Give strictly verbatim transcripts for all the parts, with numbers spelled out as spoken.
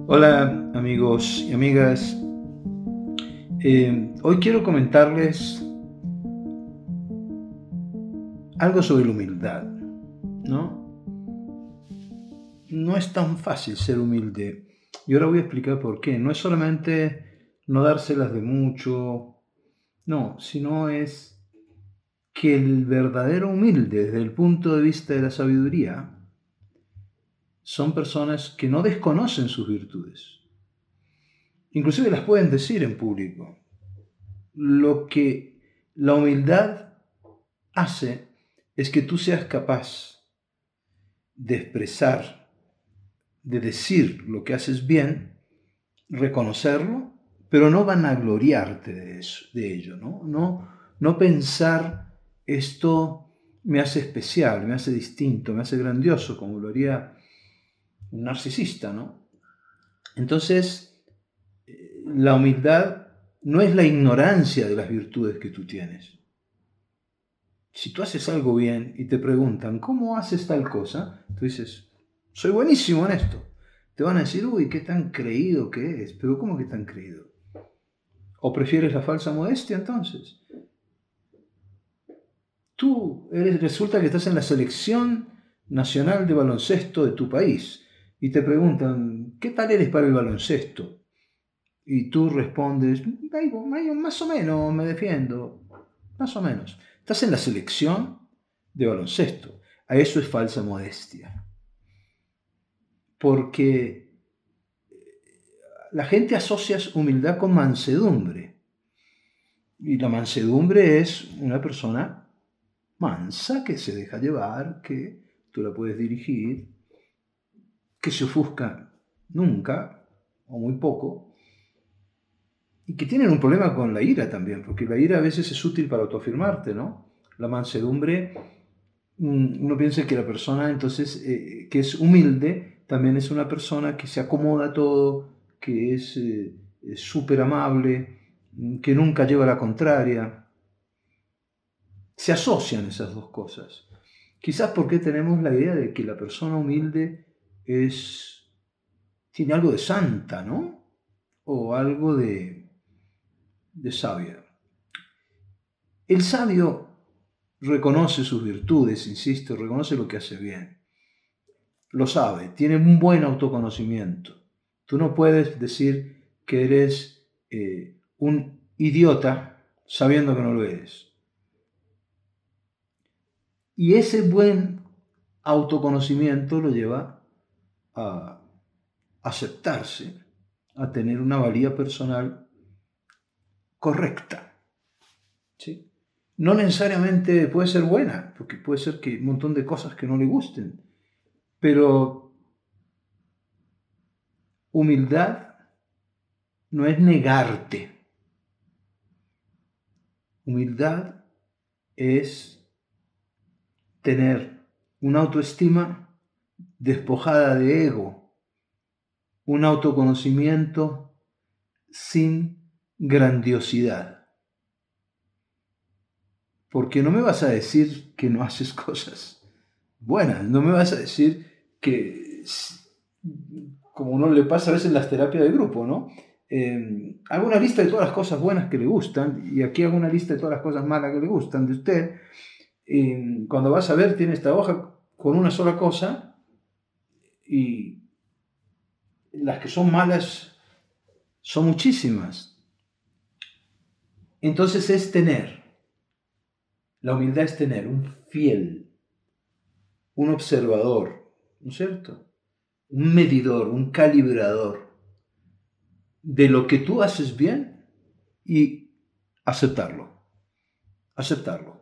Hola amigos y amigas, eh, hoy quiero comentarles algo sobre la humildad, ¿no? No es tan fácil ser humilde y ahora voy a explicar por qué. No es solamente no dárselas de mucho, no, sino es que el verdadero humilde desde el punto de vista de la sabiduría son personas que no desconocen sus virtudes, inclusive las pueden decir en público. Lo que la humildad hace es que tú seas capaz de expresar, de decir lo que haces bien, reconocerlo, pero no vanagloriarte de, eso, de ello, ¿no? No, no pensar esto me hace especial, me hace distinto, me hace grandioso, como lo haría un narcisista, ¿no? Entonces, la humildad no es la ignorancia de las virtudes que tú tienes. Si tú haces algo bien y te preguntan, ¿cómo haces tal cosa? Tú dices, soy buenísimo en esto. Te van a decir, uy, qué tan creído que es. Pero ¿cómo que tan creído? ¿O prefieres la falsa modestia entonces? Tú eres, resulta que estás en la selección nacional de baloncesto de tu país y te preguntan, ¿qué tal eres para el baloncesto? Y tú respondes, más o menos me defiendo, más o menos. Estás en la selección de baloncesto. A eso es falsa modestia. Porque la gente asocia humildad con mansedumbre. Y la mansedumbre es una persona mansa que se deja llevar, que tú la puedes dirigir, que se ofusca nunca o muy poco, y que tienen un problema con la ira también, porque la ira a veces es útil para autoafirmarte, ¿no? La mansedumbre, uno piensa que la persona entonces eh, que es humilde también es una persona que se acomoda a todo, que es eh, súper amable, que nunca lleva la contraria. Se asocian esas dos cosas. Quizás porque tenemos la idea de que la persona humilde es, tiene algo de santa, ¿no? O algo de, de sabia. El sabio reconoce sus virtudes, insisto, reconoce lo que hace bien. Lo sabe, tiene un buen autoconocimiento. Tú no puedes decir que eres eh, un idiota sabiendo que no lo eres. Y ese buen autoconocimiento lo lleva a aceptarse, a tener una valía personal correcta. ¿Sí? No necesariamente puede ser buena, porque puede ser que un montón de cosas que no le gusten, pero humildad no es negarte. Humildad es tener una autoestima despojada de ego, un autoconocimiento sin grandiosidad. Porque no me vas a decir que no haces cosas buenas, no me vas a decir que, como uno le pasa a veces en las terapias de grupo, ¿no? Eh, hago una lista de todas las cosas buenas que le gustan y aquí hago una lista de todas las cosas malas que le gustan de usted. Y cuando vas a ver, tiene esta hoja con una sola cosa y las que son malas son muchísimas. Entonces es tener, la humildad es tener un fiel, un observador, ¿no es cierto? Un medidor, un calibrador de lo que tú haces bien y aceptarlo, aceptarlo.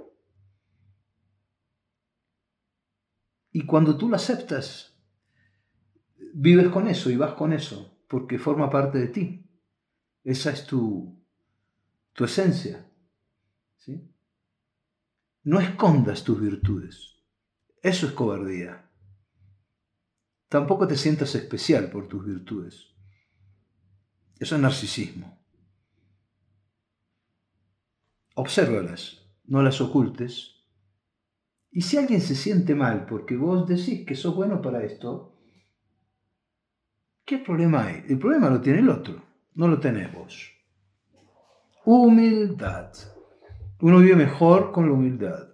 Y cuando tú lo aceptas, vives con eso y vas con eso, porque forma parte de ti. Esa es tu, tu esencia. ¿Sí? No escondas tus virtudes. Eso es cobardía. Tampoco te sientas especial por tus virtudes. Eso es narcisismo. Obsérvalas, no las ocultes. Y si alguien se siente mal porque vos decís que sos bueno para esto, ¿Qué problema hay? El problema lo tiene el otro, no lo tenés vos. Humildad. Uno vive mejor con la humildad.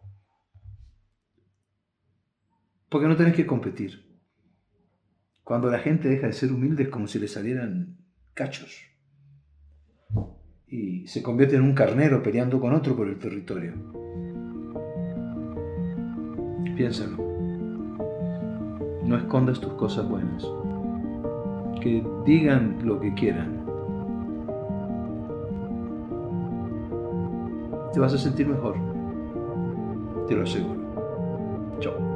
Porque no tenés que competir. Cuando la gente deja de ser humilde es como si le salieran cachos. Y se convierte en un carnero peleando con otro por el territorio. Piénsalo. No escondas tus cosas buenas. Que digan lo que quieran. Te vas a sentir mejor. Te lo aseguro. Chao.